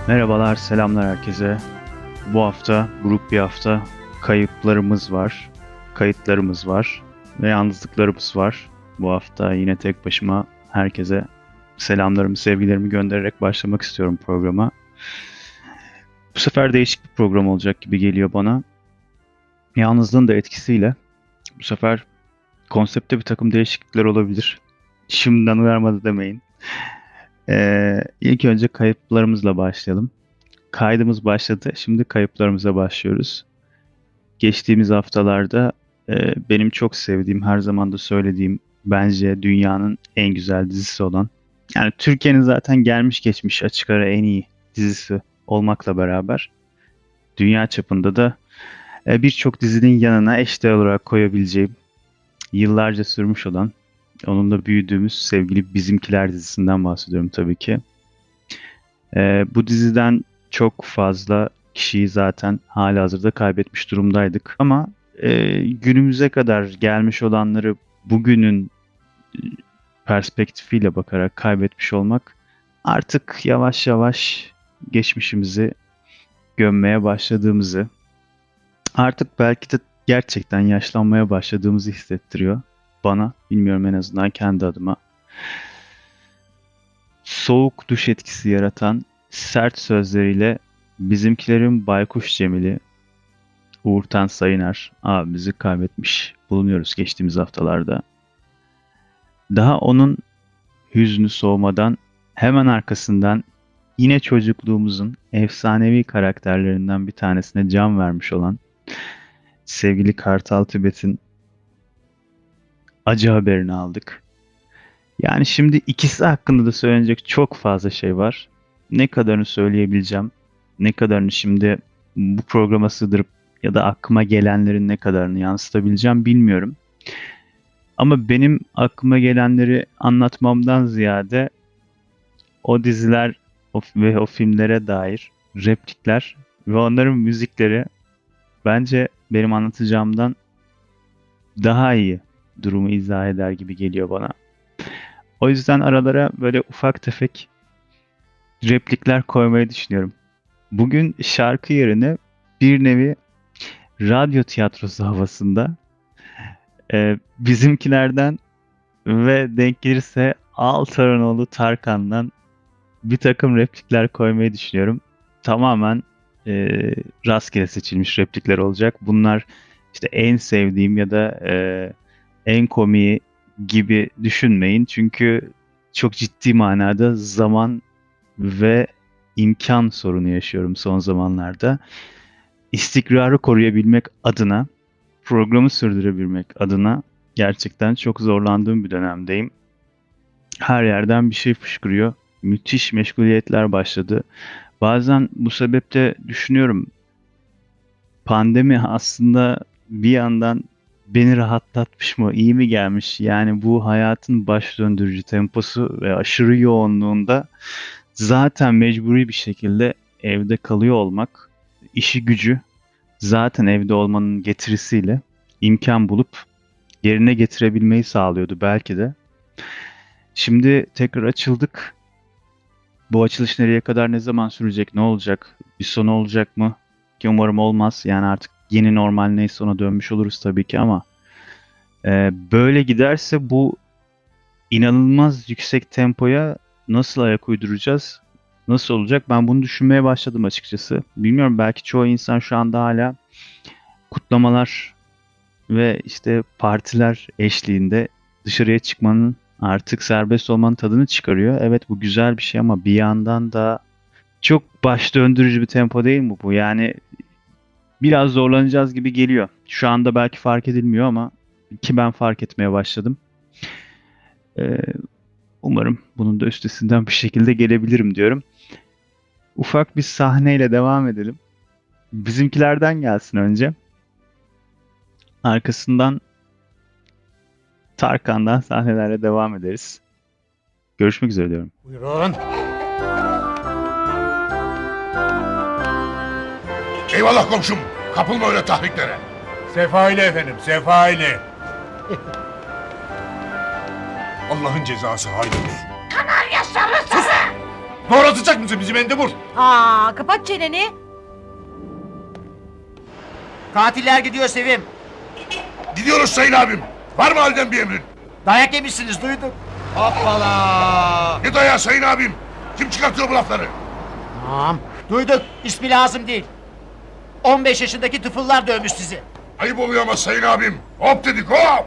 Merhabalar, selamlar herkese. Bu hafta buruk bir hafta. Kayıplarımız var, kayıtlarımız var ve yalnızlıklarımız var. Bu hafta yine tek başıma herkese selamlarımı, sevgilerimi göndererek başlamak istiyorum programa. Bu sefer değişik bir program olacak gibi geliyor bana. Yalnızlığın da etkisiyle bu sefer konsepte bir takım değişiklikler olabilir. Şimdiden uyarmadı demeyin. İlk önce kayıplarımızla başlayalım. Kaydımız başladı. Şimdi kayıplarımıza başlıyoruz. Geçtiğimiz haftalarda benim çok sevdiğim, her zaman da söylediğim, bence dünyanın en güzel dizisi olan, yani Türkiye'nin zaten gelmiş geçmiş açık ara en iyi dizisi olmakla beraber dünya çapında da birçok dizinin yanına eşdeğer olarak koyabileceğim, yıllarca sürmüş olan, onunla büyüdüğümüz sevgili Bizimkiler dizisinden bahsediyorum tabii ki. Bu diziden çok fazla kişiyi zaten halihazırda kaybetmiş durumdaydık. Ama günümüze kadar gelmiş olanları bugünün e, perspektifiyle bakarak kaybetmiş olmak artık yavaş yavaş geçmişimizi gömmeye başladığımızı, artık belki de gerçekten yaşlanmaya başladığımızı hissettiriyor bana. Bilmiyorum, en azından kendi adıma. Soğuk duş etkisi yaratan sert sözleriyle Bizimkilerin Baykuş Cemili Uğurten Sayıner abimizi kaybetmiş bulunuyoruz geçtiğimiz haftalarda. Daha onun hüznü soğumadan hemen arkasından yine çocukluğumuzun efsanevi karakterlerinden bir tanesine can vermiş olan sevgili Kartal Tibet'in acı haberini aldık. Yani şimdi ikisi hakkında da söylenecek çok fazla şey var. Ne kadarını söyleyebileceğim, ne kadarını şimdi bu programa sığdırıp ya da aklıma gelenlerin ne kadarını yansıtabileceğim bilmiyorum. Ama benim aklıma gelenleri anlatmamdan ziyade o diziler ve o filmlere dair replikler ve onların müzikleri bence benim anlatacağımdan daha iyi durumu izah eder gibi geliyor bana. O yüzden aralara böyle ufak tefek replikler koymayı düşünüyorum. Bugün şarkı yerine bir nevi radyo tiyatrosu havasında bizimkilerden ve denk gelirse Altaranoğlu Tarkan'dan bir takım replikler koymayı düşünüyorum. Tamamen e, rastgele seçilmiş replikler olacak. Bunlar işte en sevdiğim ya da en komiği gibi düşünmeyin. Çünkü çok ciddi manada zaman ve imkan sorunu yaşıyorum son zamanlarda. İstikrarı koruyabilmek adına, programı sürdürebilmek adına gerçekten çok zorlandığım bir dönemdeyim. Her yerden bir şey fışkırıyor. Müthiş meşguliyetler başladı. Bazen bu sebeple düşünüyorum, pandemi aslında bir yandan beni rahatlatmış mı, iyi mi gelmiş? Yani bu hayatın baş döndürücü temposu ve aşırı yoğunluğunda zaten mecburi bir şekilde evde kalıyor olmak, işi gücü zaten evde olmanın getirisiyle imkan bulup yerine getirebilmeyi sağlıyordu belki de. Şimdi tekrar açıldık. Bu açılış nereye kadar, ne zaman sürecek, ne olacak, bir sonu olacak mı? Ki umarım olmaz. Yani artık yeni normal neyse ona dönmüş oluruz tabii ki, ama böyle giderse bu inanılmaz yüksek tempoya nasıl ayak uyduracağız? Nasıl olacak? Ben bunu düşünmeye başladım açıkçası. Bilmiyorum, belki çoğu insan şu anda hala kutlamalar ve işte partiler eşliğinde dışarıya çıkmanın, artık serbest olmanın tadını çıkarıyor. Evet, bu güzel bir şey ama bir yandan da çok baş döndürücü bir tempo değil mi bu? Yani biraz zorlanacağız gibi geliyor. Şu anda belki fark edilmiyor ama ki ben fark etmeye başladım. Ee, Umarım bunun da üstesinden bir şekilde gelebilirim diyorum. Ufak bir sahneyle devam edelim. Bizimkilerden gelsin önce. Arkasından Tarkan'dan sahnelerle devam ederiz. Görüşmek üzere diyorum. Buyurun. Eyvallah komşum. Kapılma öyle tahriklere. Sefa ile efendim, sefa ile. Allah'ın cezası haydut. Sus! Doğratacak mısın bizi mendebur? Aa, kapat çeneni. Katiller gidiyor Sevim. Gidiyoruz sayın abim. Var mı halden bir emrin? Dayak yemişsiniz duydum. Hoppala. Ne dayağı sayın abim? Kim çıkartıyor bu lafları? Tamam. Duyduk. İsmi lazım değil. 15 yaşındaki tıfıllar dövmüş sizi. Ayıp oluyor ama sayın abim. Hop dedik hop.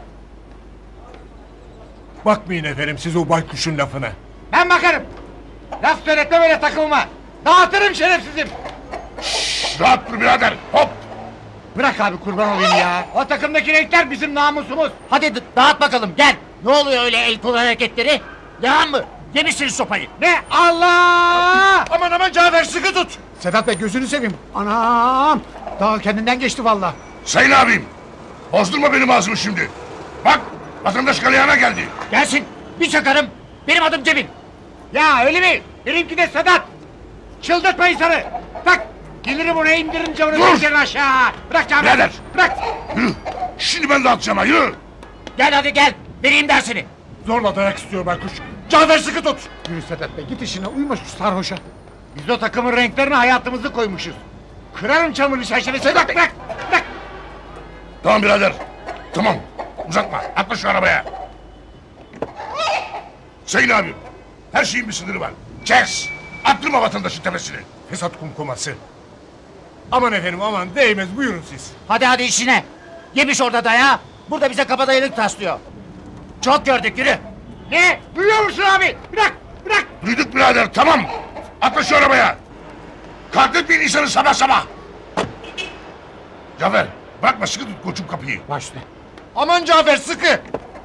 Bakmayın efendim siz o baykuşun lafına. Ben bakarım. Laf söyletme böyle takılma. Dağıtırım şerefsizim. Rahat dur birader. Hop. Bırak abi kurban olayım ya. O takımdaki renkler bizim namusumuz. Hadi dağıt bakalım gel. Ne oluyor öyle el kol hareketleri? Yalan mı? Yemişsiniz sopayı. Ne? Allah! Aman Cafer sıkı tut. Sedat Bey gözünü seveyim. Anam! Daha kendinden geçti valla. Sayın abim. Bozdurma benim ağzımı şimdi. Bak vatandaş galeyana geldi. Gelsin. Bir çakarım. Benim adım Cemil. Ya öyle mi? Benimki de Sedat. Çıldırtma insanı. Tak. Gelirim oraya indiririm camını Dur! pencereni aşağı. Bırak Cafer. Birader! Bırak. Yürü. Şimdi ben dağıtacağım ha yürü. Gel hadi gel. Vereyim dersini. Zorla dayak istiyor baykuş. Cafer sıkı tut. Yürü Sedat Bey git işine uyma şu sarhoşa. Biz o takımın renklerine hayatımızı koymuşuz. Kırarım çamurlu çerçevesini. Bırak bırak. Bırak. Tamam birader. Tamam. Uzatma. Atla şu arabaya. Sayın abim. Her şeyin bir sınırı var. Kes. Attırma vatandaşın tepesini. Fesat kumkuması. Aman efendim aman değmez buyurun siz. Hadi işine. Yemiş orada dayağı. Burada bize kabadayılık taslıyor. Çok gördük yürü. Ne? Duyuyor musun abi? Bırak. Bırak. Duyduk birader tamam. Atla şu arabaya. Katletmeyin insanı sabah sabah. Cafer bırakma sıkı tut koçum kapıyı. Başla. Aman Cafer sıkı.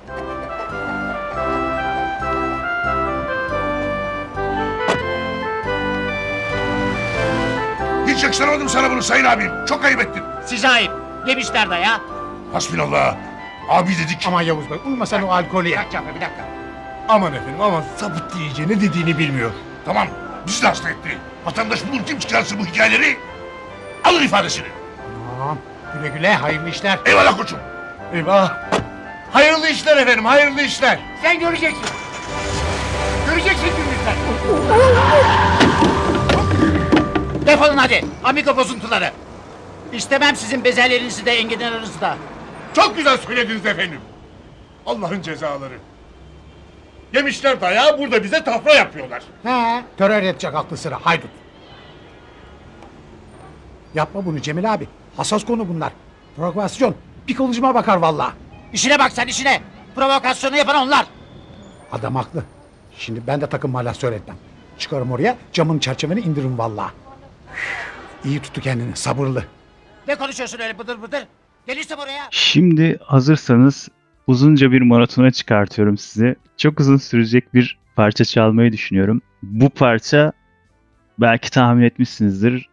Hiç yakıştıramadım sana bunu sayın abim. Çok ayıp ettin. Size ayıp. Yemişler dayağı. Hasbinallah. Abi dedik. Aman Yavuz Bey uyma sen o alkolü Bir ya. dakika bir dakika. Aman efendim aman sapıttı iyice ne dediğini bilmiyor. Tamam bizi de hasta etti. Vatandaş bulur kim çıkarsın bu hikayeleri. Alın ifadesini. Tamam. Güle güle hayırlı işler. Eyvallah koçum. Eyvah. Hayırlı işler efendim hayırlı işler. Sen göreceksin. Göreceksin günlükler. Defolun hadi. Amigo bozuntuları. İstemem sizin bezellerinizi de enginarınızı da. Çok güzel söylediniz efendim. Allah'ın cezaları. Yemişler dayağı burada bize tafra yapıyorlar. He. Terör edecek aklı sıra haydut. Yapma bunu Cemil abi. Hassas konu bunlar. Provokasyon. Bir kılıcıma bakar valla. İşine bak sen işine. Provokasyonu yapan onlar. Adam haklı. Şimdi ben de takım hala söyletmem. Çıkarım oraya camın çerçeveni indiririm valla. İyi tuttu kendini sabırlı. Ne konuşuyorsun öyle bıdır bıdır? Gelirsem oraya. Şimdi hazırsanız uzunca bir maratona çıkartıyorum sizi. Çok uzun sürecek bir parça çalmayı düşünüyorum. Bu parça belki tahmin etmişsinizdir.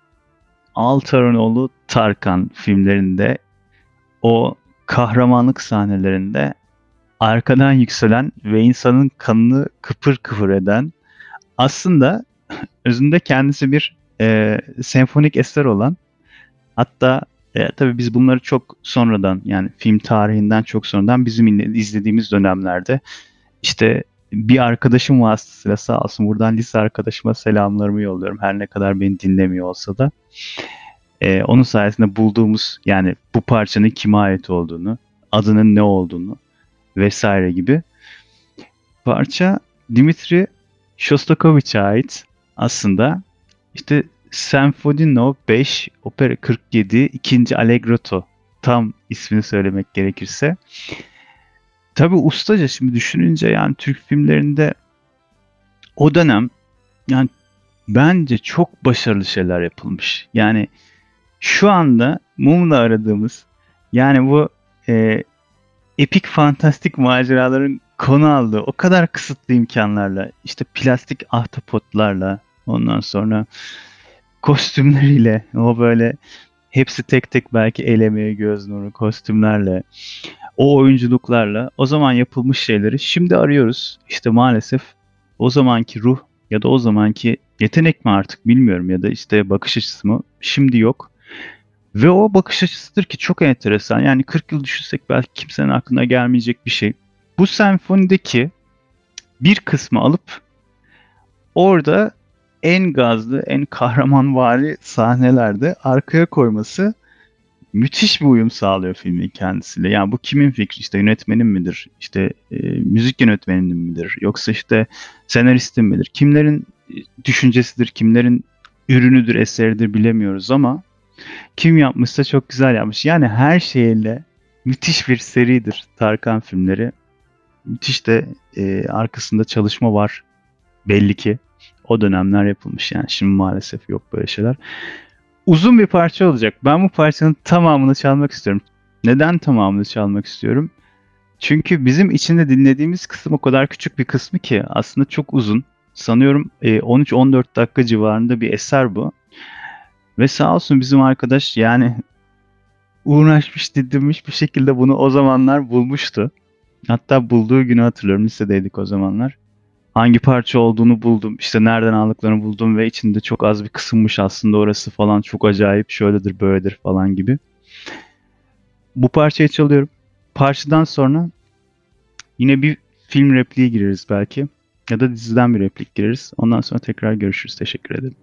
Altaronoğlu Tarkan filmlerinde o kahramanlık sahnelerinde arkadan yükselen ve insanın kanını kıpır kıpır eden aslında özünde kendisi bir senfonik eser olan hatta tabii biz bunları çok sonradan yani film tarihinden çok sonradan bizim izlediğimiz dönemlerde işte bir arkadaşım vasıtasıyla sağ olsun buradan lise arkadaşıma selamlarımı yolluyorum. Her ne kadar beni dinlemiyor olsa da onun sayesinde bulduğumuz yani bu parçanın kime ait olduğunu, adının ne olduğunu vesaire gibi. Parça Dimitri Shostakovich'e ait aslında işte Senfoni No 5 Opera 47 2. Allegretto tam ismini söylemek gerekirse. Tabii ustaca şimdi düşününce yani Türk filmlerinde o dönem yani bence çok başarılı şeyler yapılmış. Yani şu anda mumla aradığımız yani bu epik fantastik maceraların konu aldığı o kadar kısıtlı imkanlarla işte plastik ahtapotlarla ondan sonra kostümleriyle o böyle hepsi tek tek belki el emeği göz nuru kostümlerle o oyunculuklarla o zaman yapılmış şeyleri şimdi arıyoruz. İşte maalesef o zamanki ruh ya da o zamanki yetenek mi artık bilmiyorum ya da işte bakış açısı mı şimdi yok. Ve o bakış açısıdır ki çok enteresan. Yani 40 yıl düşünsek belki kimsenin aklına gelmeyecek bir şey. Bu senfonideki bir kısmı alıp orada en gazlı, en kahramanvari sahnelerde arkaya koyması müthiş bir uyum sağlıyor filmin kendisiyle. Yani bu kimin fikri? İşte yönetmenin midir? İşte müzik yönetmeninin midir? Yoksa işte senaristin midir? Kimlerin düşüncesidir, kimlerin ürünüdür, eseridir bilemiyoruz ama kim yapmışsa çok güzel yapmış. Yani her şeyle müthiş bir seridir Tarkan filmleri. Müthiş de arkasında çalışma var belli ki. O dönemler yapılmış yani. Şimdi maalesef yok böyle şeyler. Uzun bir parça olacak. Ben bu parçanın tamamını çalmak istiyorum. Neden tamamını çalmak istiyorum? Çünkü bizim içinde dinlediğimiz kısım o kadar küçük bir kısmı ki aslında çok uzun. Sanıyorum 13-14 dakika civarında bir eser bu. Ve sağ olsun bizim arkadaş yani uğraşmış, didinmiş bir şekilde bunu o zamanlar bulmuştu. Hatta bulduğu günü hatırlıyorum. Lisedeydik o zamanlar. Hangi parça olduğunu buldum. İşte nereden aldıklarını buldum ve içinde çok az bir kısımmış aslında orası falan. Çok acayip, şöyledir, böyledir falan gibi. Bu parçayı çalıyorum. Parçadan sonra yine bir film repliği gireriz belki. Ya da diziden bir replik gireriz. Ondan sonra tekrar görüşürüz. Teşekkür ederim.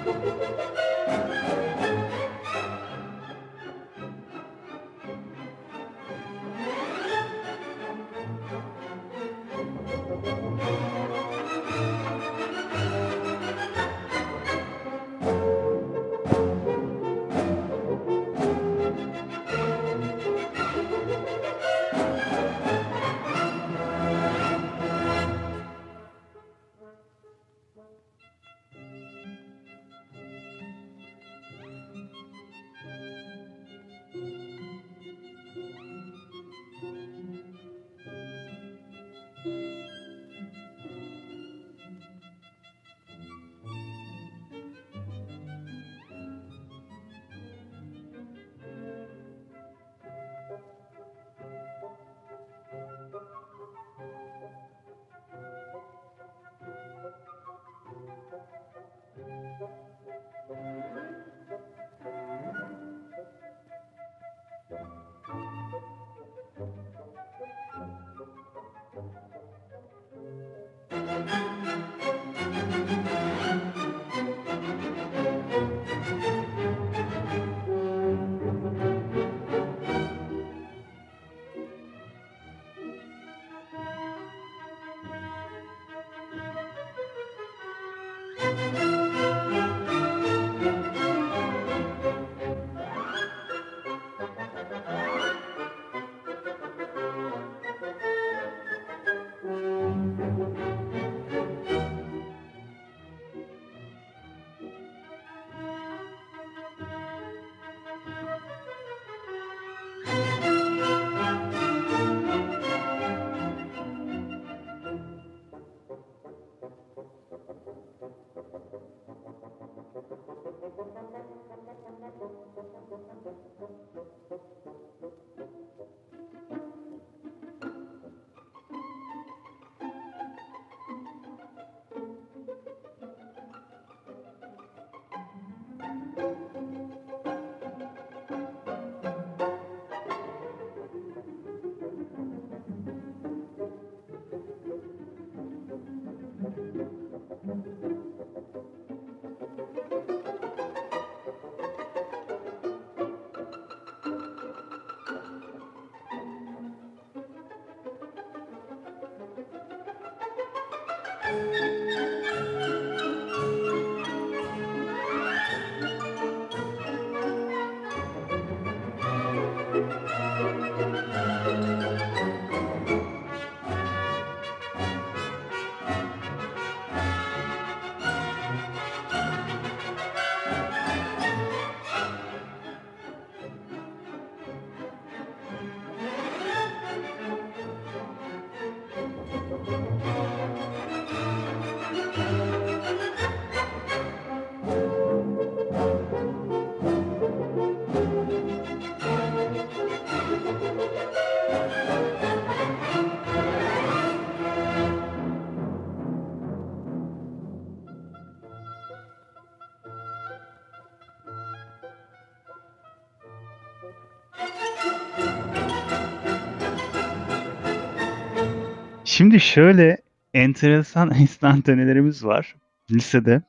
Şimdi şöyle enteresan enstantanelerimiz var lisede.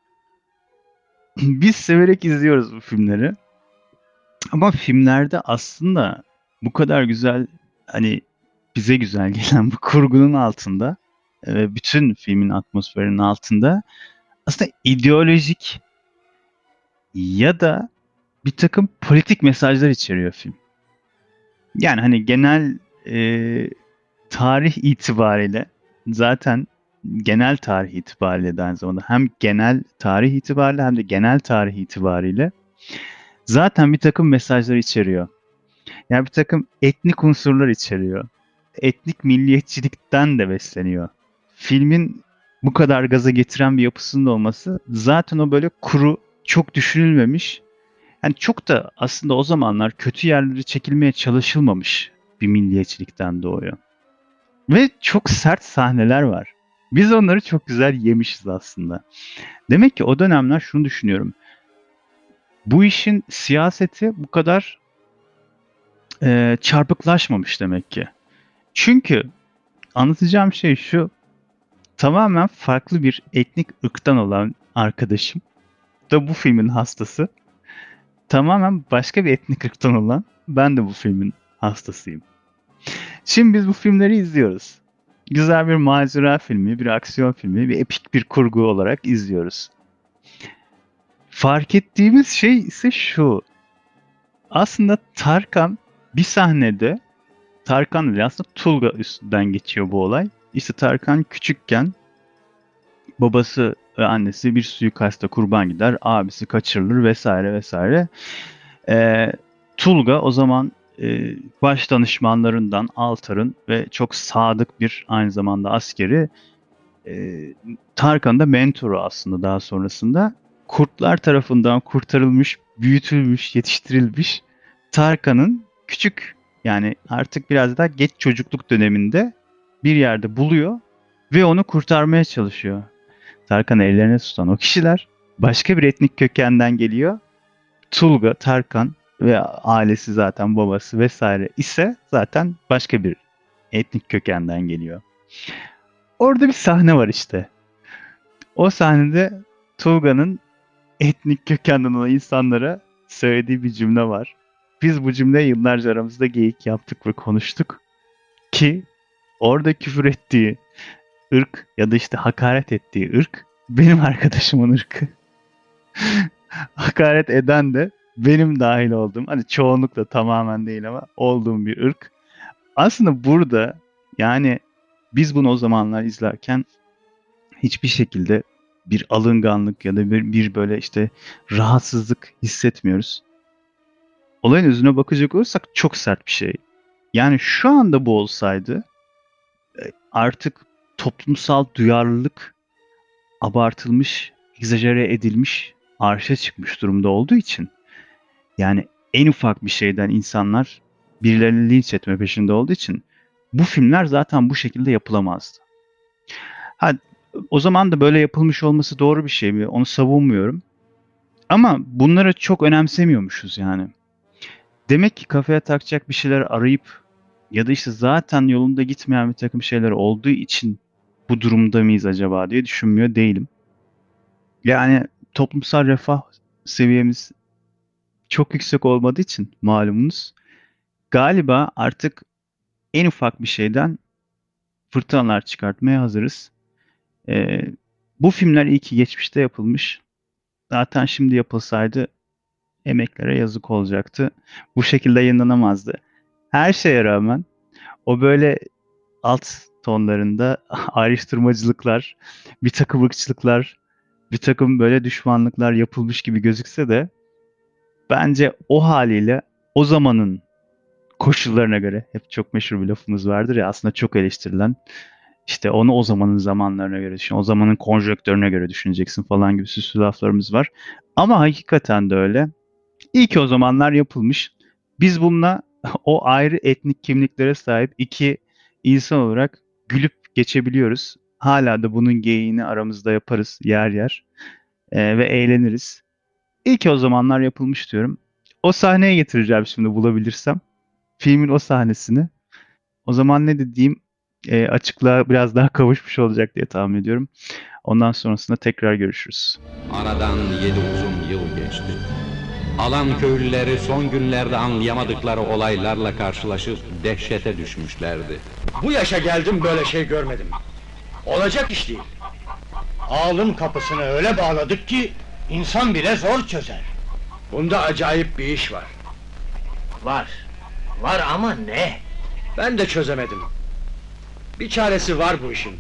Biz severek izliyoruz bu filmleri. Ama filmlerde aslında bu kadar güzel, hani bize güzel gelen bu kurgunun altında ve bütün filmin atmosferinin altında aslında ideolojik ya da bir takım politik mesajlar içeriyor film. Yani hani genel tarih itibariyle zaten genel tarih itibariyle de aynı zamanda hem genel tarih itibariyle hem de genel tarih itibariyle zaten bir takım mesajlar içeriyor. Yani bir takım etnik unsurlar içeriyor. Etnik milliyetçilikten de besleniyor. Filmin bu kadar gaza getiren bir yapısının olması zaten o böyle kuru, çok düşünülmemiş. Yani çok da aslında o zamanlar kötü yerleri çekilmeye çalışılmamış bir milliyetçilikten doğuyor. Ve çok sert sahneler var. Biz onları çok güzel yemişiz aslında. Demek ki o dönemler şunu düşünüyorum. Bu işin siyaseti bu kadar çarpıklaşmamış demek ki. Çünkü anlatacağım şey şu. Tamamen farklı bir etnik ırktan olan arkadaşım da bu filmin hastası. Tamamen başka bir etnik ırktan olan ben de bu filmin hastasıyım. Şimdi biz bu filmleri izliyoruz. Güzel bir macera filmi, bir aksiyon filmi, bir epik bir kurgu olarak izliyoruz. Fark ettiğimiz şey ise şu. Aslında Tarkan bir sahnede, Tarkan değil aslında Tulga üstünden geçiyor bu olay. İşte Tarkan küçükken babası ve annesi bir suikasta kurban gider, abisi kaçırılır vesaire vesaire. Tulga o zaman baş danışmanlarından Altar'ın ve çok sadık bir aynı zamanda askeri, Tarkan'ın da mentoru aslında daha sonrasında. Kurtlar tarafından kurtarılmış, büyütülmüş, yetiştirilmiş Tarkan'ın küçük, yani artık biraz daha geç çocukluk döneminde bir yerde buluyor ve onu kurtarmaya çalışıyor. Tarkan'ı ellerine tutan o kişiler başka bir etnik kökenden geliyor. Tulga, Tarkan ve ailesi zaten babası vesaire ise zaten başka bir etnik kökenden geliyor. Orada bir sahne var işte. O sahnede Tulga'nın etnik kökenden olan insanlara söylediği bir cümle var. Biz bu cümleyi yıllarca aramızda geyik yaptık ve konuştuk ki orada küfür ettiği ırk ya da işte hakaret ettiği ırk benim arkadaşımın ırkı. Hakaret eden de benim dahil olduğum, hani çoğunlukla tamamen değil ama olduğum bir ırk. Aslında burada yani biz bunu o zamanlar izlerken hiçbir şekilde bir alınganlık ya da bir böyle işte rahatsızlık hissetmiyoruz. Olayın özüne bakacak olursak çok sert bir şey. Yani şu anda bu olsaydı artık toplumsal duyarlılık abartılmış, egzajere edilmiş, arşa çıkmış durumda olduğu için yani en ufak bir şeyden insanlar birilerini linç etme peşinde olduğu için bu filmler zaten bu şekilde yapılamazdı. Ha, o zaman da böyle yapılmış olması doğru bir şey mi? Onu savunmuyorum. Ama bunları çok önemsemiyormuşuz yani. Demek ki kafaya takacak bir şeyler arayıp ya da işte zaten yolunda gitmeyen bir takım şeyler olduğu için bu durumda mıyız acaba diye düşünmüyor değilim. Yani toplumsal refah seviyemiz çok yüksek olmadığı için malumunuz galiba artık en ufak bir şeyden fırtınalar çıkartmaya hazırız. Bu filmler iyi ki geçmişte yapılmış. Zaten şimdi yapılsaydı emeklere yazık olacaktı. Bu şekilde yayınlanamazdı. Her şeye rağmen o böyle alt tonlarında ayrıştırmacılıklar, bir takım ırkçılıklar, bir takım böyle düşmanlıklar yapılmış gibi gözükse de bence o haliyle o zamanın koşullarına göre, hep çok meşhur bir lafımız vardır ya, aslında çok eleştirilen, işte onu o zamanın zamanlarına göre düşün, o zamanın konjonktörüne göre düşüneceksin falan gibi süslü laflarımız var. Ama hakikaten de öyle. İyi ki o zamanlar yapılmış. Biz bununla o ayrı etnik kimliklere sahip iki insan olarak gülüp geçebiliyoruz. Hala da bunun geyiğini aramızda yaparız yer yer. Ve eğleniriz. İyi ki o zamanlar yapılmış diyorum. O sahneye getireceğim şimdi bulabilirsem. Filmin o sahnesini. O zaman ne dediğim açıklığa biraz daha kavuşmuş olacak diye tahmin ediyorum. Ondan sonrasında tekrar görüşürüz. Aradan 7 uzun yıl geçti. Alan köylüleri son günlerde anlayamadıkları olaylarla karşılaşıp dehşete düşmüşlerdi. Bu yaşa geldim böyle şey görmedim. Olacak iş değil. Ağalın kapısını öyle bağladık ki insan bile zor çözer. Bunda acayip bir iş var. Var ama ne? Ben de çözemedim. Bir çaresi var bu işin.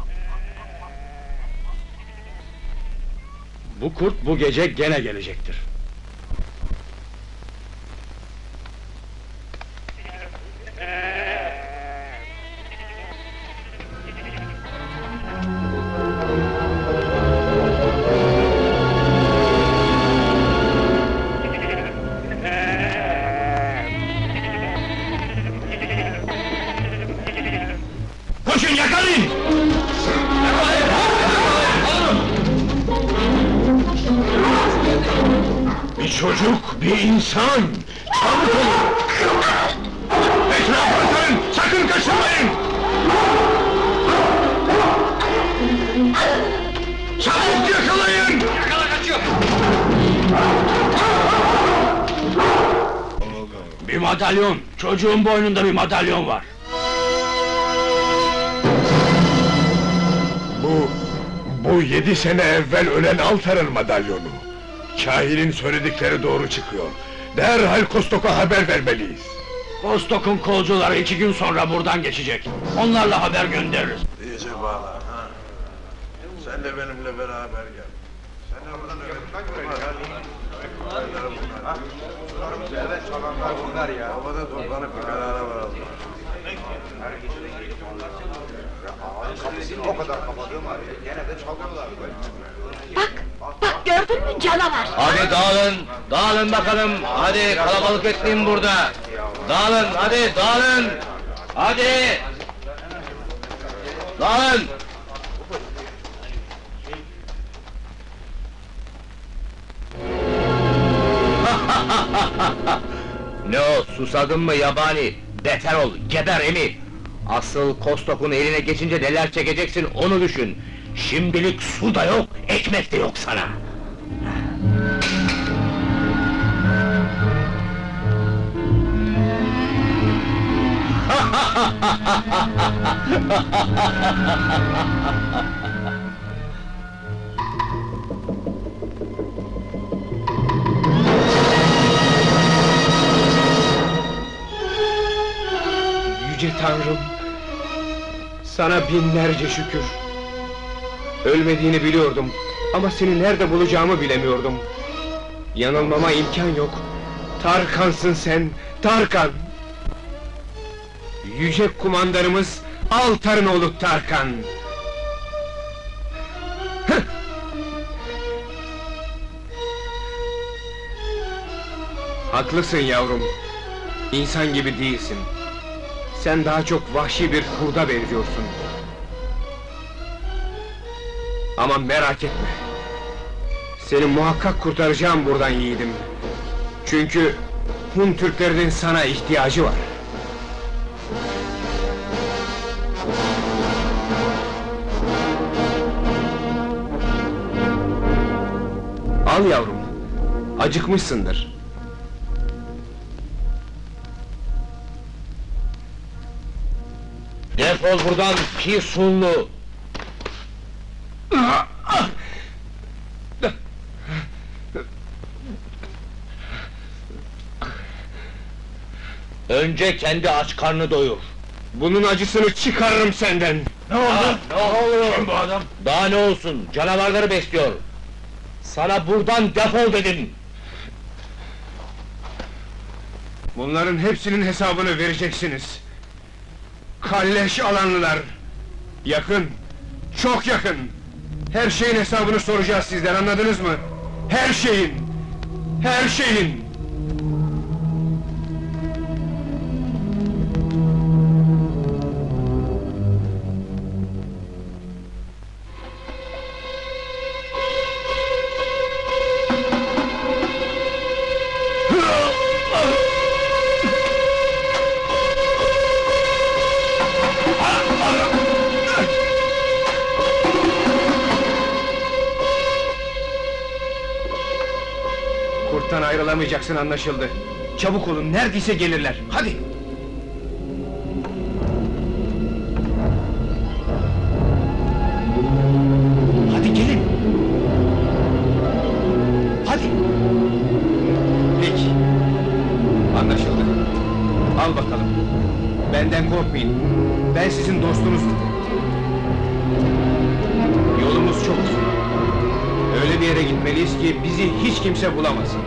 Bu kurt bu gece gene gelecektir. Koşun yakalayın! Bir çocuk, bir insan! Çabuk olun! Etrafa bakın! Sakın kaçırmayın! Çabuk yakalayın! Yakala kaçıyor! Bir madalyon. Çocuğun boynunda bir madalyon var. Bu 7 sene evvel ölen Altar'ın madalyonu. Şahin'in söyledikleri doğru çıkıyor. Derhal Kostok'a haber vermeliyiz. Kostok'un kolcuları 2 gün sonra buradan geçecek. Onlarla haber göndeririz. İyice bağla, ha. Sen de benimle beraber gel. Sen de buradan öyle evet, çalanlar bunlar ya. Havada toplanıp bir karara varalım. Kapısını o kadar kapadığım halde gene de çalıyorlar. Bak gördün mü canavar? Hadi dağılın bakalım. Hadi kalabalık etmeyin burada. Dağılın, hadi dağılın. Hadi. Dağılın. Ne o, susadın mı yabani? Beter ol, geber emi! Asıl Kostok'un eline geçince neler çekeceksin onu düşün! Şimdilik su da yok, ekmek de yok sana! Yüce Tanrım, sana binlerce şükür. Ölmediğini biliyordum ama seni nerede bulacağımı bilemiyordum. Yanılmama imkan yok. Tarkan'sın sen, Tarkan! Yüce kumandanımız Altar'ın oğlu Tarkan! Hıh! Haklısın yavrum. İnsan gibi değilsin. Sen daha çok vahşi bir kurda benziyorsun. Ama merak etme. Seni muhakkak kurtaracağım buradan yiğidim. Çünkü Hun Türklerinin sana ihtiyacı var. Al yavrum. Acıkmışsındır. Defol buradan pis Hunlu! Önce kendi aç karnını doyur! Bunun acısını çıkarırım senden! Ne oldu? Ne oluyor? Kim bu adam? Daha ne olsun, canavarları besliyor! Sana buradan defol dedim! Bunların hepsinin hesabını vereceksiniz! Kalleş alanlılar! Yakın! Çok yakın! Her şeyin hesabını soracağız sizden, anladınız mı? Her şeyin! Her şeyin! Kurttan ayrılamayacaksın anlaşıldı. Çabuk olun, neredeyse gelirler. Hadi! Hadi gelin! Hadi! Peki. Anlaşıldı. Al bakalım. Benden korkmayın. Ben sizin dostunuzum. Yolumuz çok uzun. Öyle bir yere gitmeliyiz ki bizi hiç kimse bulamasın.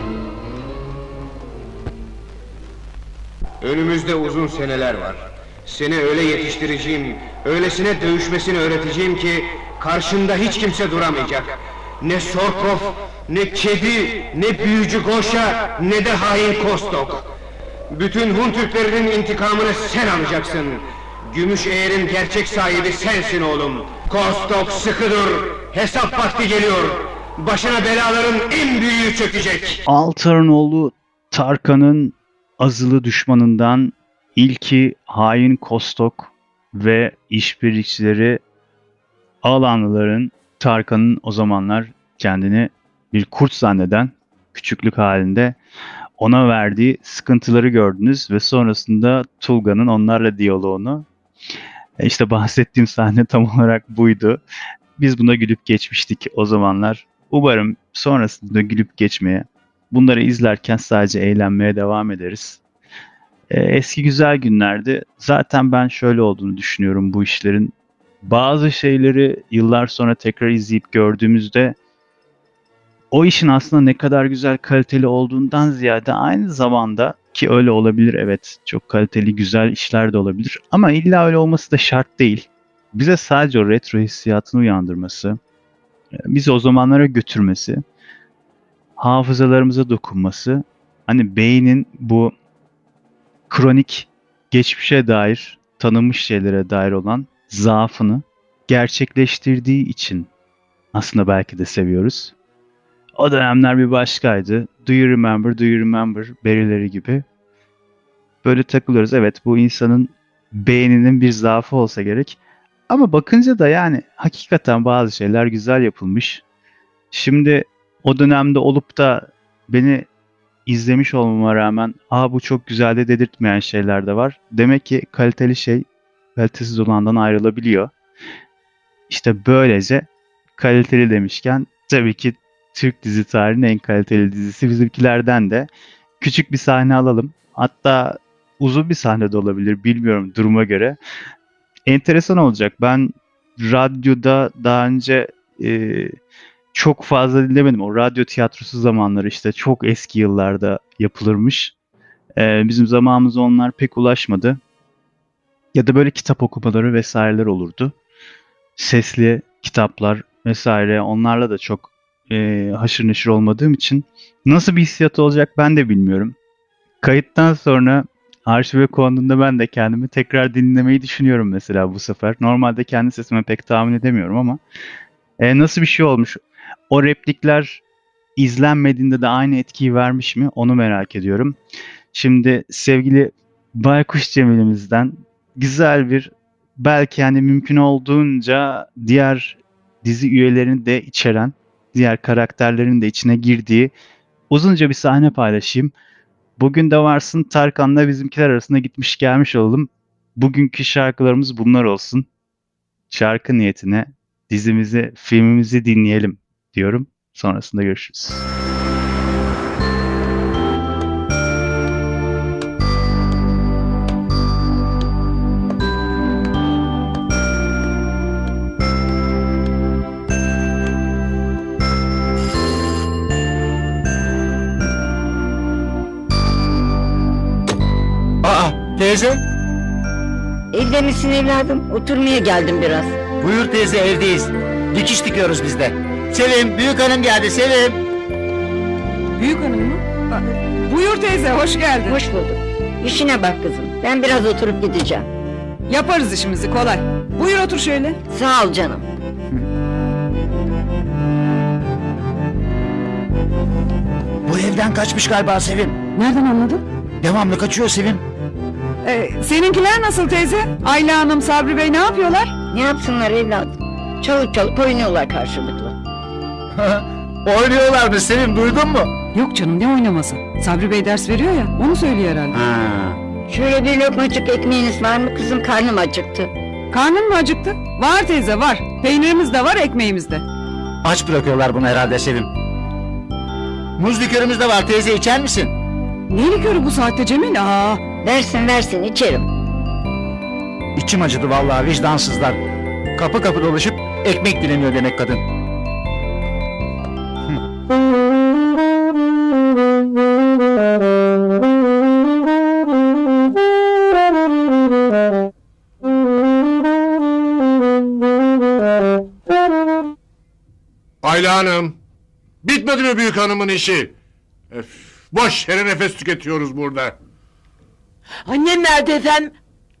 Önümüzde uzun seneler var. Seni öyle yetiştireceğim, öylesine dövüşmesini öğreteceğim ki karşında hiç kimse duramayacak. Ne Sorkov, ne kedi, ne büyücü Goşa, ne de hain Kostok. Bütün Hun Türklerinin intikamını sen alacaksın. Gümüşeğer'in gerçek sahibi sensin oğlum. Kostok sıkı dur, hesap vakti geliyor. Başına belaların en büyüğü çökecek. Altar'ın oğlu Tarkan'ın azılı düşmanından ilki hain Kostok ve işbirlikçileri Alanlıların Tarkan'ın o zamanlar kendini bir kurt zanneden küçüklük halinde ona verdiği sıkıntıları gördünüz ve sonrasında Tulga'nın onlarla diyaloğunu. İşte bahsettiğim sahne tam olarak buydu. Biz buna gülüp geçmiştik o zamanlar. Umarım sonrasında gülüp geçmeye, bunları izlerken sadece eğlenmeye devam ederiz. Eski güzel günlerdi. Zaten ben şöyle olduğunu düşünüyorum bu işlerin. Bazı şeyleri yıllar sonra tekrar izleyip gördüğümüzde o işin aslında ne kadar güzel, kaliteli olduğundan ziyade aynı zamanda, ki öyle olabilir evet, çok kaliteli güzel işler de olabilir ama illa öyle olması da şart değil. Bize sadece o retro hissiyatını uyandırması, bizi o zamanlara götürmesi, hafızalarımıza dokunması, hani beynin bu kronik geçmişe dair, tanınmış şeylere dair olan zaafını gerçekleştirdiği için aslında belki de seviyoruz. O dönemler bir başkaydı. Do you remember, do you remember berileri gibi. Böyle takılıyoruz. Evet, bu insanın beyninin bir zaafı olsa gerek. Ama bakınca da yani hakikaten bazı şeyler güzel yapılmış. Şimdi o dönemde olup da beni izlemiş olmama rağmen bu çok güzel de dedirtmeyen şeyler de var. Demek ki kaliteli şey kalitesiz olandan ayrılabiliyor. İşte böylece kaliteli demişken tabii ki Türk dizi tarihinin en kaliteli dizisi bizimkilerden de küçük bir sahne alalım. Hatta uzun bir sahne de olabilir, bilmiyorum duruma göre. Enteresan olacak. Ben radyoda daha önce çok fazla dinlemedim. O radyo tiyatrosu zamanları işte çok eski yıllarda yapılırmış. Bizim zamanımıza onlar pek ulaşmadı. Ya da böyle kitap okumaları vesaireler olurdu. Sesli kitaplar vesaire, onlarla da çok haşır neşir olmadığım için nasıl bir hissiyat olacak ben de bilmiyorum. Kayıttan sonra arşive konduğunda ben de kendimi tekrar dinlemeyi düşünüyorum mesela bu sefer. Normalde kendi sesime pek tahmin edemiyorum ama nasıl bir şey olmuş? O replikler izlenmediğinde de aynı etkiyi vermiş mi? Onu merak ediyorum. Şimdi sevgili Baykuş Cemil'imizden güzel bir, belki yani mümkün olduğunca diğer dizi üyelerini de içeren, diğer karakterlerin de içine girdiği uzunca bir sahne paylaşayım. Bugün de varsın Tarkan'la bizimkiler arasında gitmiş gelmiş olalım. Bugünkü şarkılarımız bunlar olsun. Şarkı niyetine dizimizi, filmimizi dinleyelim diyorum. Sonrasında görüşürüz. Teyze? Evde misin evladım? Oturmaya geldim biraz. Buyur teyze, evdeyiz. Dikiş dikiyoruz biz de. Sevim, büyük hanım geldi Sevim. Büyük hanım mı? Buyur teyze, hoş geldin. Hoş bulduk. İşine bak kızım. Ben biraz oturup gideceğim. Yaparız işimizi, kolay. Buyur otur şöyle. Sağ ol canım. Bu evden kaçmış galiba Sevim. Nereden anladın? Devamlı kaçıyor Sevim. Seninkiler nasıl teyze? Ayla Hanım, Sabri Bey ne yapıyorlar? Ne yapsınlar evladım? Çalıp çalıp oynuyorlar karşılıklı. Oynuyorlar mı Sevim, duydun mu? Yok canım, ne oynaması? Sabri Bey ders veriyor ya, onu söylüyor herhalde. Şöyle bir lokmacık ekmeğiniz var mı kızım? Karnım acıktı. Karnın mı acıktı? Var teyze, var. Peynirimiz de var, ekmeğimiz de. Aç bırakıyorlar bunu herhalde Sevim. Muz likörümüz de var teyze, içer misin? Ne likörü bu saatte Cemil? Versin içerim. İçim acıdı vallahi, vicdansızlar. Kapı kapı dolaşıp ekmek dileniyor demek kadın. Ayla Hanım, bitmedi mi büyük hanımın işi? Boş yere nefes tüketiyoruz burada. Annem nerede efendim?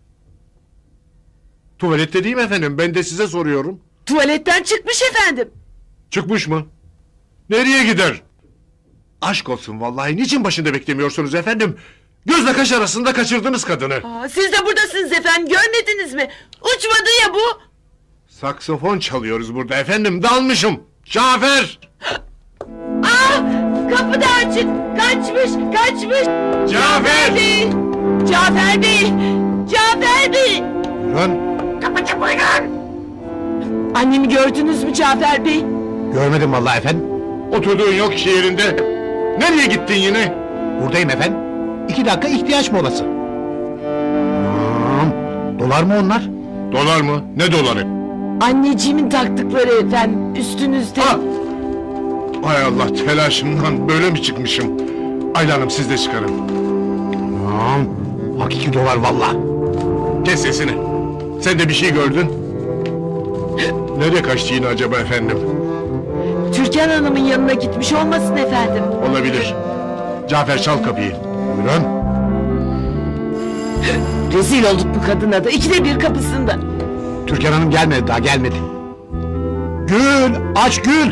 Tuvalette değil mi efendim? Ben de size soruyorum. Tuvaletten çıkmış efendim. Çıkmış mı? Nereye gider? Aşk olsun vallahi, niçin başında beklemiyorsunuz efendim? Gözle kaş arasında kaçırdınız kadını. Siz de buradasınız efendim, görmediniz mi? Uçmadı ya bu. Saksafon çalıyoruz burada efendim, dalmışım. Cafer! Kapı da açık. Kaçmış. Cafer! Bey! Cafer Bey! Cafer Bey! Buyurun. Kapıcı buyurun. Annemi gördünüz mü Cafer Bey? Görmedim vallahi efendim. Oturduğun yok ki yerinde. Nereye gittin yine? Buradayım efendim. 2 dakika ihtiyaç molası. Dolar mı onlar? Dolar mı? Ne doları? Anneciğimin taktıkları efendim üstünüzde. Hay Allah, telaşımdan böyle mi çıkmışım? Ayla Hanım, siz de çıkarın. Hakiki dolar vallahi. Kes sesini. Sen de bir şey gördün. Nereye kaçtı yine acaba efendim? Türkan Hanım'ın yanına gitmiş olmasın efendim. Olabilir. Cafer, çal kapıyı. Buyurun. Rezil olduk bu kadına da. 2'de 1 kapısında. Türkan Hanım gelmedi, daha gelmedi. Gül, aç Gül.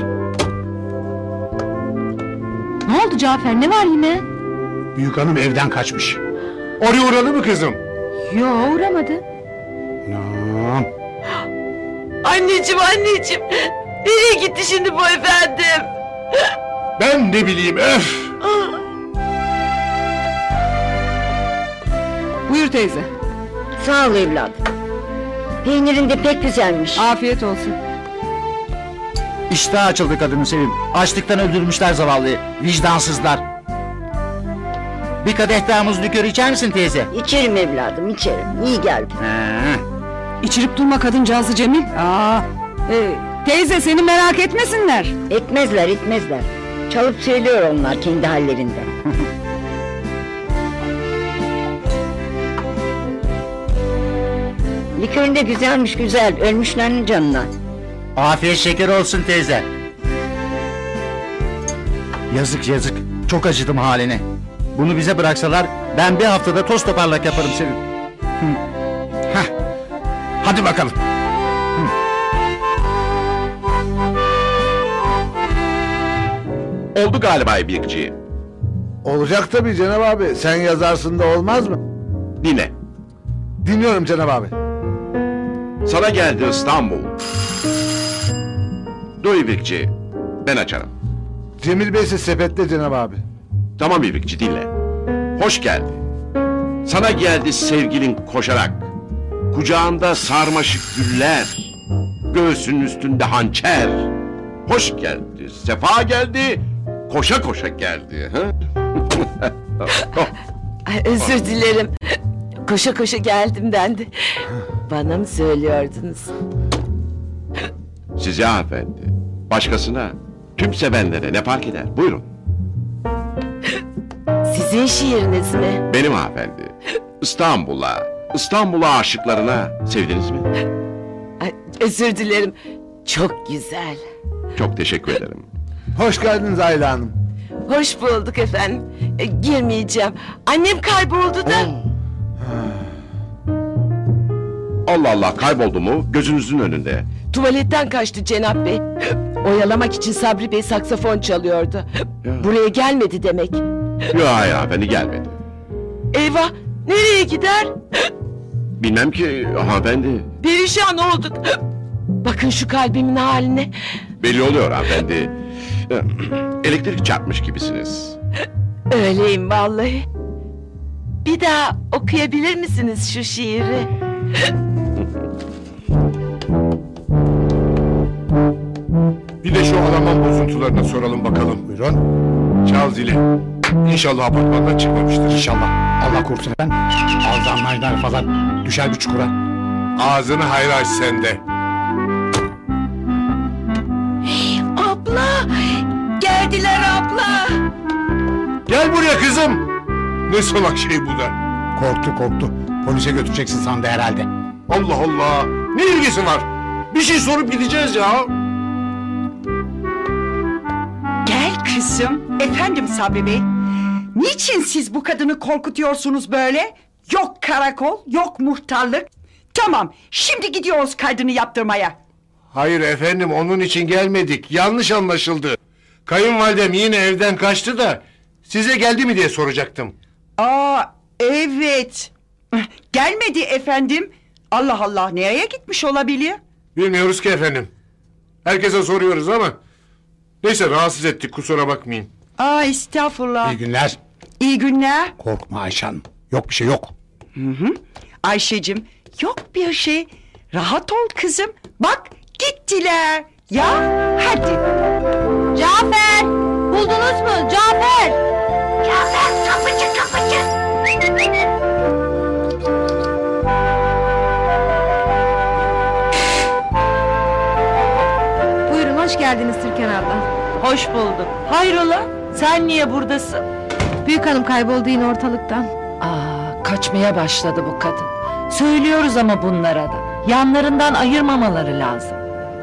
Ne oldu Cafer, ne var yine? Büyük hanım evden kaçmış. Oraya uğradı mı kızım? Yo, uğramadı. Anam. Anneciğim. Nereye gitti şimdi bu efendim? Ben ne bileyim, öf! Buyur teyze. Sağ ol evladım. Peynirin de pek güzelmiş. Afiyet olsun. İştah açıldı kadını Sevim. Açlıktan öldürmüşler zavallıyı. Vicdansızlar. Bir kadeh daha muz likör içer misin teyze? İçerim evladım, içerim. İyi geldi. İçirip durma kadıncağızı Cemil. Teyze seni merak etmesinler. Etmezler. Çalıp söylüyor onlar kendi hallerinde. Likörün de güzelmiş, güzel. Ölmüşlerin canına. Afiyet şeker olsun teyze. Yazık. Çok acıdım haline. Bunu bize bıraksalar ben bir haftada toz toparlak yaparım Sevim. Hadi bakalım. Oldu galiba İbrikçi. Olacak tabii Cenab abi. Sen yazarsın da olmaz mı? Dinle. Dinliyorum Cenab abi. Sana geldi İstanbul. Dur İbrikçi. Ben açarım. Cemil Bey ise sepette Cenab abi. Tamam İbrikçi, dinle. Hoş geldi. Sana geldi sevgilin koşarak. Kucağında sarmaşık güller. Göğsünün üstünde hançer. Hoş geldi, sefa geldi. Koşa koşa geldi. Ay, özür dilerim. Koşa koşa geldim ben de. Bana mı söylüyordunuz? Size hanımefendi. Başkasına, tüm sevenlere ne fark eder? Buyurun. Sizin şiiriniz mi? Benim hanımefendi. İstanbul'a aşıklarına sevdiniz mi? Ay, özür dilerim. Çok güzel. Çok teşekkür ederim. Hoş geldiniz Ayla Hanım. Hoş bulduk efendim. Girmeyeceğim. Annem kayboldu da. Allah Allah, kayboldu mu? Gözünüzün önünde. Tuvaletten kaçtı Cenap Bey. Oyalamak için Sabri Bey saksafon çalıyordu. Buraya gelmedi demek. Yok hayır hanımefendi, gelmedi. Eyvah! Nereye gider? Bilmem ki hanımefendi. Perişan olduk. Bakın şu kalbimin haline. Belli oluyor hanımefendi. Elektrik çarpmış gibisiniz. Öyleyim vallahi. Bir daha okuyabilir misiniz şu şiiri? Bir de şu Alman bozuntularına soralım bakalım. Buyurun. Çal zili. İnşallah apartmandan çıkmamıştır. İnşallah. Allah korusun efendim. Alzheimer'dan falan düşer bir çukura. Ağzını hayra aç sen de. Abla! Geldiler abla! Gel buraya kızım. Ne salak şey bu da. Korktu. Polise götüreceksin sandı herhalde. Allah Allah. Ne ilgisi var? Bir şey sorup gideceğiz ya. Gel kızım. Efendim Sabri Bey. Niçin siz bu kadını korkutuyorsunuz böyle? Yok karakol, yok muhtarlık. Tamam, şimdi gidiyoruz kaydını yaptırmaya. Hayır efendim, onun için gelmedik. Yanlış anlaşıldı. Kayınvalidem yine evden kaçtı da size geldi mi diye soracaktım. Aa, evet. Gelmedi efendim. Allah Allah, nereye gitmiş olabilir? Bilmiyoruz ki efendim. Herkese soruyoruz ama. Neyse, rahatsız ettik, kusura bakmayın. Aa estağfurullah. İyi günler. İyi günler. Korkma Ayşe Hanım. Yok bir şey yok. Ayşe'cim yok bir şey. Rahat ol kızım. Bak gittiler. Ya hadi. Cafer! Buldunuz mu? Cafer! Cafer kapıcı kapıcı! Buyurun hoş geldiniz Türkan abla. Hoş bulduk. Hayrola? Sen niye buradasın? Büyük hanım kayboldu yine ortalıktan. Aa, kaçmaya başladı bu kadın. Söylüyoruz ama bunlara da. Yanlarından ayırmamaları lazım.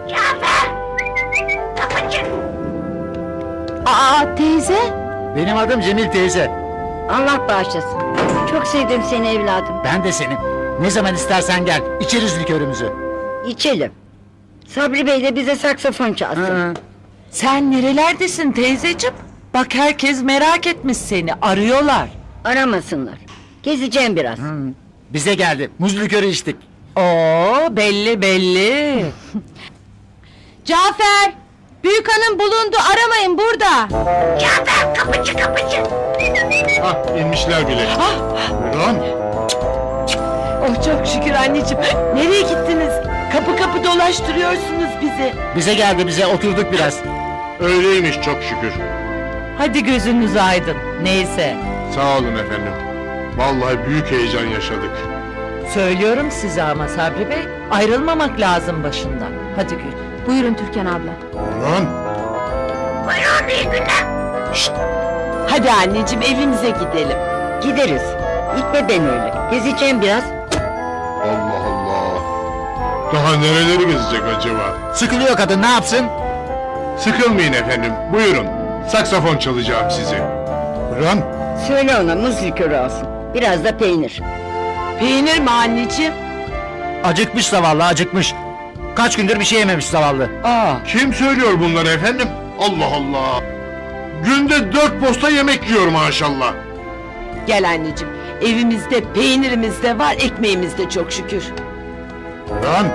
Aa teyze. Benim adım Cemil teyze. Allah bağışlasın. Çok sevdim seni evladım. Ben de senin. Ne zaman istersen gel. İçeriz likörümüzü. İçelim. Sabri Bey de bize saksafon çalsın. Sen nerelerdesin teyzeciğim? Bak herkes merak etmiş seni. Arıyorlar. Aramasınlar. Gezeceğim biraz. Bize geldi. Muz likörü içtik. Oo belli belli. Cafer! Büyük hanım bulundu aramayın burada. Cafer kapıcı kapıcı! Hah inmişler bile. Buyurun. Oh çok şükür anneciğim. Nereye gittiniz? Kapı kapı dolaştırıyorsunuz bizi. Bize geldi bize oturduk biraz. Öyleymiş çok şükür. Hadi gözünüz aydın. Neyse. Sağ olun efendim. Vallahi büyük heyecan yaşadık. Söylüyorum size ama Sabri Bey. Ayrılmamak lazım başından. Hadi Gül. Buyurun Türkan abla. Buyurun. Buyurun iyi günler. Hadi anneciğim evimize gidelim. Gideriz. İlk de ben öyle. Gezeceğim biraz. Allah Allah. Daha nereleri gezecek acaba? Sıkılıyor kadın ne yapsın? Sıkılmayın efendim. Buyurun. Saksafon çalacağım sizi. Buyurun. Söyle ona muz likörü alsın. Biraz da peynir. Peynir mi anneciğim? Acıkmış zavallı acıkmış. Kaç gündür bir şey yememiş zavallı. Kim söylüyor bunları efendim? Allah Allah. Günde 4 posta yemek yiyor maşallah. Gel anneciğim. Evimizde peynirimiz de var, ekmeğimiz de çok şükür. Buyurun.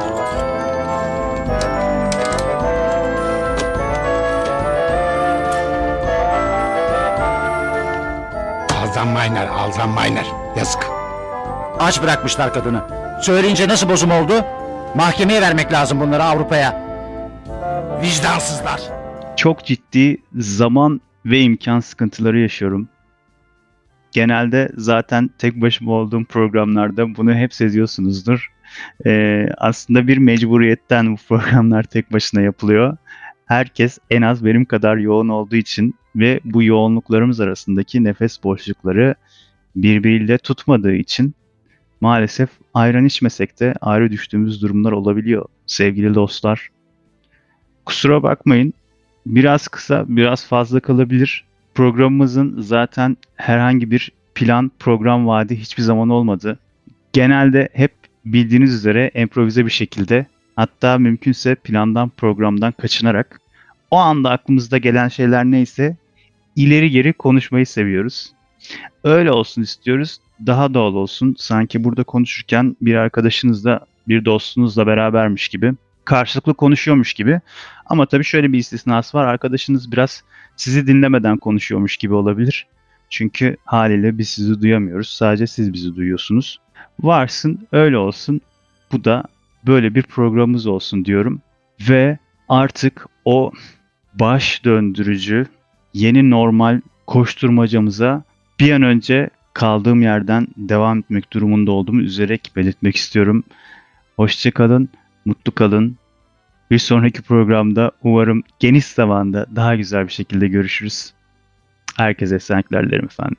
Alzheimer. Yazık. Aç bırakmışlar kadını. Söyleyince nasıl bozum oldu? Mahkemeye vermek lazım bunları Avrupa'ya. Vicdansızlar. Çok ciddi zaman ve imkan sıkıntıları yaşıyorum. Genelde zaten tek başıma olduğum programlarda bunu hep seziyorsunuzdur. Aslında bir mecburiyetten bu programlar tek başına yapılıyor. Herkes en az benim kadar yoğun olduğu için ve bu yoğunluklarımız arasındaki nefes boşlukları birbiriyle tutmadığı için maalesef ayran içmesek de ayrı düştüğümüz durumlar olabiliyor sevgili dostlar. Kusura bakmayın, biraz kısa, biraz fazla kalabilir. Programımızın zaten herhangi bir plan, program vaadi hiçbir zaman olmadı. Genelde hep bildiğiniz üzere improvize bir şekilde, hatta mümkünse plandan, programdan kaçınarak o anda aklımızda gelen şeyler neyse ileri geri konuşmayı seviyoruz. Öyle olsun istiyoruz. Daha doğal olsun. Sanki burada konuşurken bir arkadaşınızla, bir dostunuzla berabermiş gibi. Karşılıklı konuşuyormuş gibi. Ama tabii şöyle bir istisnası var. Arkadaşınız biraz sizi dinlemeden konuşuyormuş gibi olabilir. Çünkü haliyle biz sizi duyamıyoruz. Sadece siz bizi duyuyorsunuz. Varsın, öyle olsun. Bu da böyle bir programımız olsun diyorum. Ve artık o baş döndürücü, yeni normal koşturmacamıza bir an önce kaldığım yerden devam etmek durumunda olduğumu üzerek belirtmek istiyorum. Hoşça kalın, mutlu kalın. Bir sonraki programda umarım geniş zamanda daha güzel bir şekilde görüşürüz. Herkese esenlikler dilerim efendim.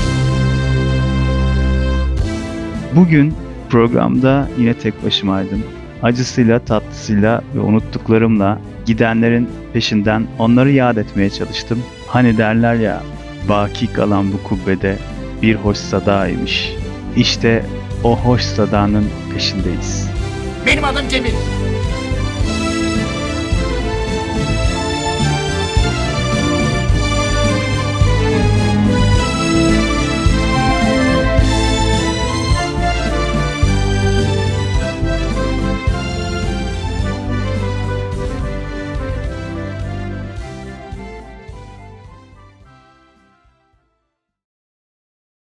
Bugün programda yine tek başımaydım. Acısıyla, tatlısıyla ve unuttuklarımla gidenlerin peşinden onları yad etmeye çalıştım. Hani derler ya, baki kalan bu kubbede bir hoş sadaymış. İşte o hoş sadanın peşindeyiz. Benim adım Cemil.